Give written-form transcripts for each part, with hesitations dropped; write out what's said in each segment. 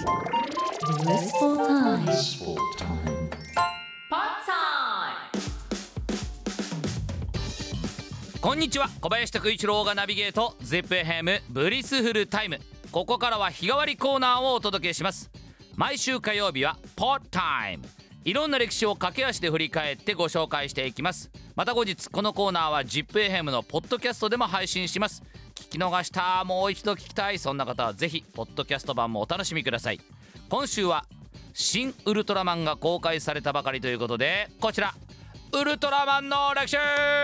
Blissful time. Pot time. こんにちは、小林拓一郎がナビゲート ZIPFM ブリスフルタイム。ここからは日替わりコーナーをお届けします。毎週火曜日は Pot time。いろんな歴史を駆け足で振り返ってご紹介していきます。また後日このコーナーは ZIPFM のポッドキャストでも配信します。聞き逃した、もう一度聞きたい、そんな方はぜひポッドキャスト版もお楽しみください。今週は新ウルトラマンが公開されたばかりということで、こちらウルトラマンの歴史。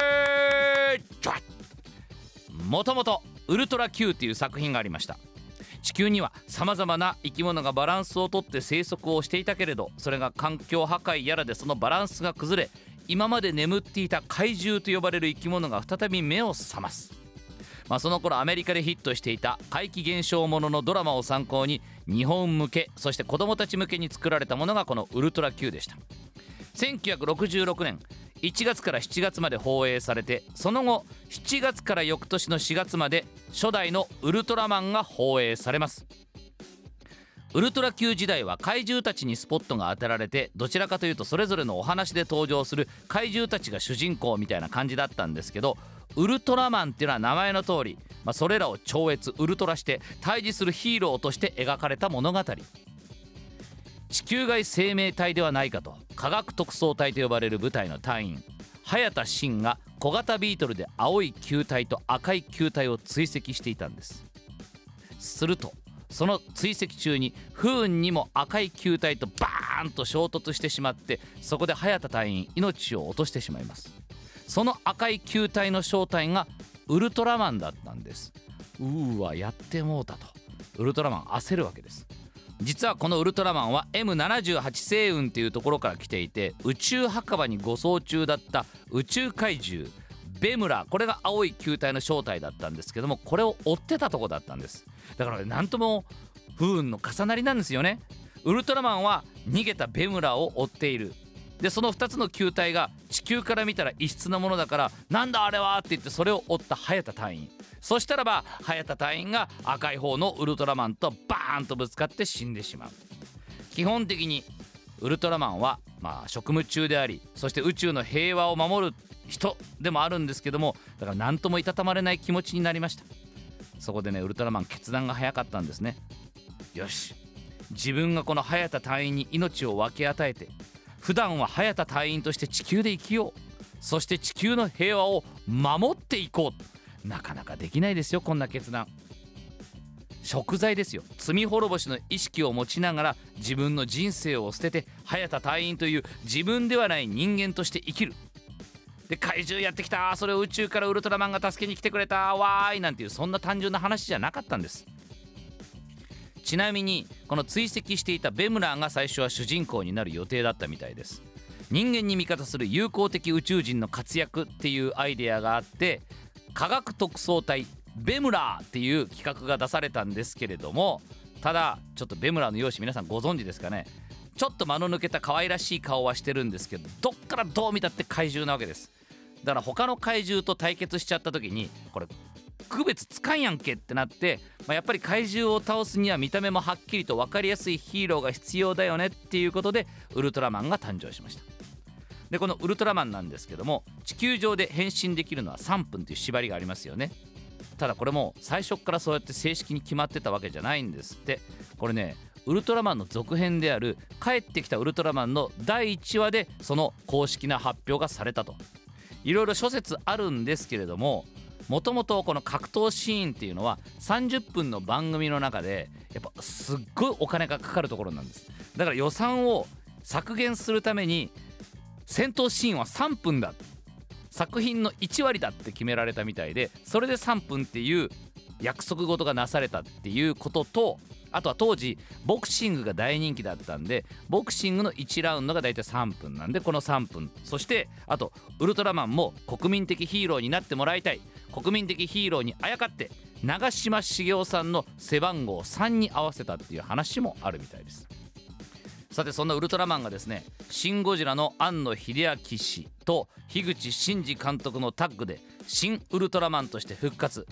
もともとウルトラ Q っていう作品がありました。地球にはさまざまな生き物がバランスをとって生息をしていたけれど、それが環境破壊やらでそのバランスが崩れ、今まで眠っていた怪獣と呼ばれる生き物が再び目を覚ます。その頃アメリカでヒットしていた怪奇現象もののドラマを参考に、日本向けそして子どもたち向けに作られたものがこのウルトラ Q でした。1966年1月から7月まで放映されて、その後7月から翌年の4月まで初代のウルトラマンが放映されます。ウルトラ Q 時代は怪獣たちにスポットが当てられて、どちらかというとそれぞれのお話で登場する怪獣たちが主人公みたいな感じだったんですけど、ウルトラマンっていうのは名前の通り、それらを超越ウルトラして対峙するヒーローとして描かれた物語。地球外生命体ではないかと科学特捜隊と呼ばれる部隊の隊員早田真が小型ビートルで青い球体と赤い球体を追跡していたんです。するとその追跡中に不運にも赤い球体とバーンと衝突してしまって、そこで早田隊員命を落としてしまいます。その赤い球体の正体がウルトラマンだったんです。わ、やってもうたとウルトラマン焦るわけです。実はこのウルトラマンは M78 星雲っていうところから来ていて、宇宙墓場に護送中だった宇宙怪獣ベムラ、これが青い球体の正体だったんですけども、これを追ってたとこだったんです。だからなんとも不運の重なりなんですよね。ウルトラマンは逃げたベムラを追っている。でその2つの球体が地球から見たら異質なものだから、なんだあれはって言ってそれを追った早田隊員、そしたらば早田隊員が赤い方のウルトラマンとバーンとぶつかって死んでしまう。基本的にウルトラマンは職務中であり、そして宇宙の平和を守る人でもあるんですけども、だから何ともいたたまれない気持ちになりました。そこでね、ウルトラマン決断が早かったんですね。よし、自分がこの早田隊員に命を分け与えて、普段は早田隊員として地球で生きよう、そして地球の平和を守っていこう。なかなかできないですよ、こんな決断。贖罪ですよ。罪滅ぼしの意識を持ちながら自分の人生を捨てて早田隊員という自分ではない人間として生きる。で怪獣やってきた、それを宇宙からウルトラマンが助けに来てくれたわーいなんていう、そんな単純な話じゃなかったんです。ちなみにこの追跡していたベムラーが最初は主人公になる予定だったみたいです。人間に味方する友好的宇宙人の活躍っていうアイデアがあって、科学特捜隊ベムラーっていう企画が出されたんですけれども、ただちょっとベムラーの容姿皆さんご存知ですかね。ちょっと間の抜けた可愛らしい顔はしてるんですけど、どっからどう見たって怪獣なわけです。だから他の怪獣と対決しちゃった時に、これ区別つかんやんけってなって、やっぱり怪獣を倒すには見た目もはっきりと分かりやすいヒーローが必要だよねっていうことでウルトラマンが誕生しました。でこのウルトラマンなんですけども、地球上で変身できるのは3分という縛りがありますよね。ただこれも最初からそうやって正式に決まってたわけじゃないんですって。これね、ウルトラマンの続編である帰ってきたウルトラマンの第1話でその公式な発表がされたと。いろいろ諸説あるんですけれども、もともとこの格闘シーンっていうのは30分の番組の中でやっぱすっごいお金がかかるところなんです。だから予算を削減するために戦闘シーンは3分だ、作品の1割だって決められたみたいで、それで3分っていう約束事がなされたっていうことと、あとは当時ボクシングが大人気だったんで、ボクシングの1ラウンドがだいたい3分なんで、この3分、そしてあとウルトラマンも国民的ヒーローになってもらいたい、国民的ヒーローにあやかって長嶋茂雄さんの背番号3に合わせたっていう話もあるみたいです。さてそんなウルトラマンがですね、シン・ゴジラの庵野秀明氏と樋口真嗣監督のタッグで新ウルトラマンとして復活。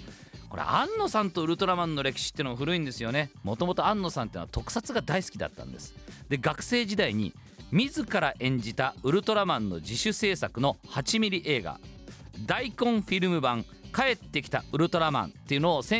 これ庵野さんとウルトラマンの歴史っていうのも古いんですよね。もともと庵野さんっていうのは特撮が大好きだったんです。で学生時代に自ら演じたウルトラマンの自主制作の8ミリ映画大根フィルム版帰ってきたウルトラマンっていうのを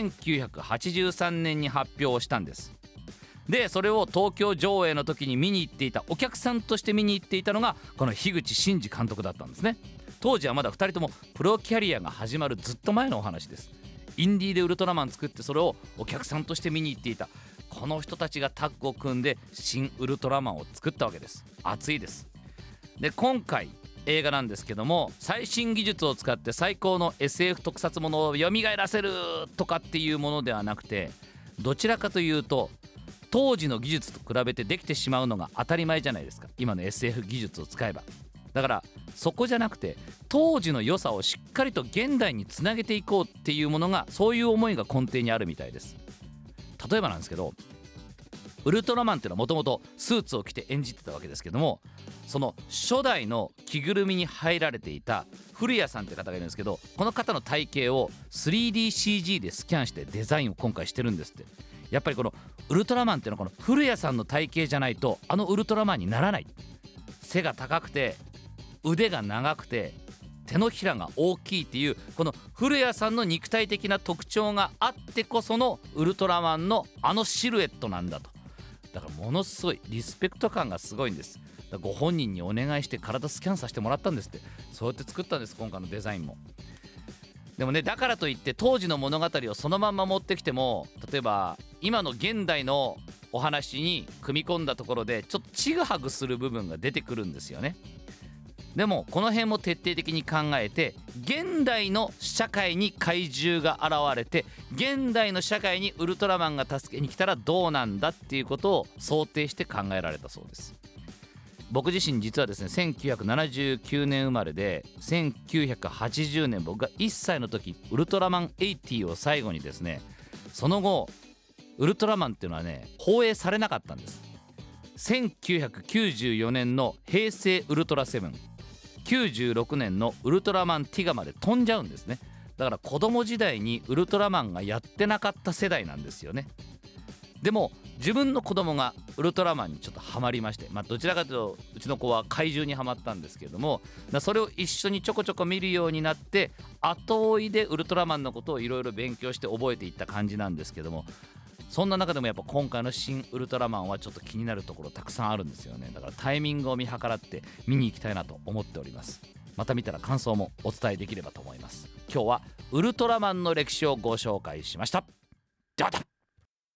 1983年に発表したんです。でそれを東京上映の時に見に行っていたお客さんとして見に行っていたのがこの樋口真嗣監督だったんですね。当時はまだ2人ともプロキャリアが始まるずっと前のお話です。インディーでウルトラマン作ってそれをお客さんとして見に行っていたこの人たちがタッグを組んで新ウルトラマンを作ったわけです。熱いです。で今回映画なんですけども最新技術を使って最高の SF 特撮ものを蘇らせるとかっていうものではなくてどちらかというと当時の技術と比べてできてしまうのが当たり前じゃないですか今の SF 技術を使えば。だからそこじゃなくて当時の良さをしっかりと現代につなげていこうっていうものがそういう思いが根底にあるみたいです。例えばなんですけどウルトラマンっていうのはもともとスーツを着て演じてたわけですけどもその初代の着ぐるみに入られていた古谷さんって方がいるんですけどこの方の体型を 3DCG でスキャンしてデザインを今回してるんですって。やっぱりこのウルトラマンっていうのはこの古谷さんの体型じゃないとあのウルトラマンにならない。背が高くて腕が長くて手のひらが大きいっていうこの古谷さんの肉体的な特徴があってこそのウルトラマンのあのシルエットなんだと。だからものすごいリスペクト感がすごいんです。だからご本人にお願いして体スキャンさせてもらったんですって。そうやって作ったんです今回のデザインも。でもねだからといって当時の物語をそのまんま持ってきても例えば今の現代のお話に組み込んだところでちょっとちぐはぐする部分が出てくるんですよね。でもこの辺も徹底的に考えて現代の社会に怪獣が現れて現代の社会にウルトラマンが助けに来たらどうなんだっていうことを想定して考えられたそうです。僕自身実はですね1979年生まれで1980年僕が1歳の時ウルトラマン80を最後にですねその後ウルトラマンっていうのはね放映されなかったんです。1994年の平成ウルトラセブン96年のウルトラマンティガまで飛んじゃうんですね。だから子供時代にウルトラマンがやってなかった世代なんですよね。でも自分の子供がウルトラマンにちょっとハマりまして、どちらかというとうちの子は怪獣にハマったんですけれどもそれを一緒にちょこちょこ見るようになって後追いでウルトラマンのことをいろいろ勉強して覚えていった感じなんですけどもそんな中でもやっぱ今回の新ウルトラマンはちょっと気になるところたくさんあるんですよね。だからタイミングを見計らって見に行きたいなと思っております。また見たら感想もお伝えできればと思います。今日はウルトラマンの歴史をご紹介しました。ではまた。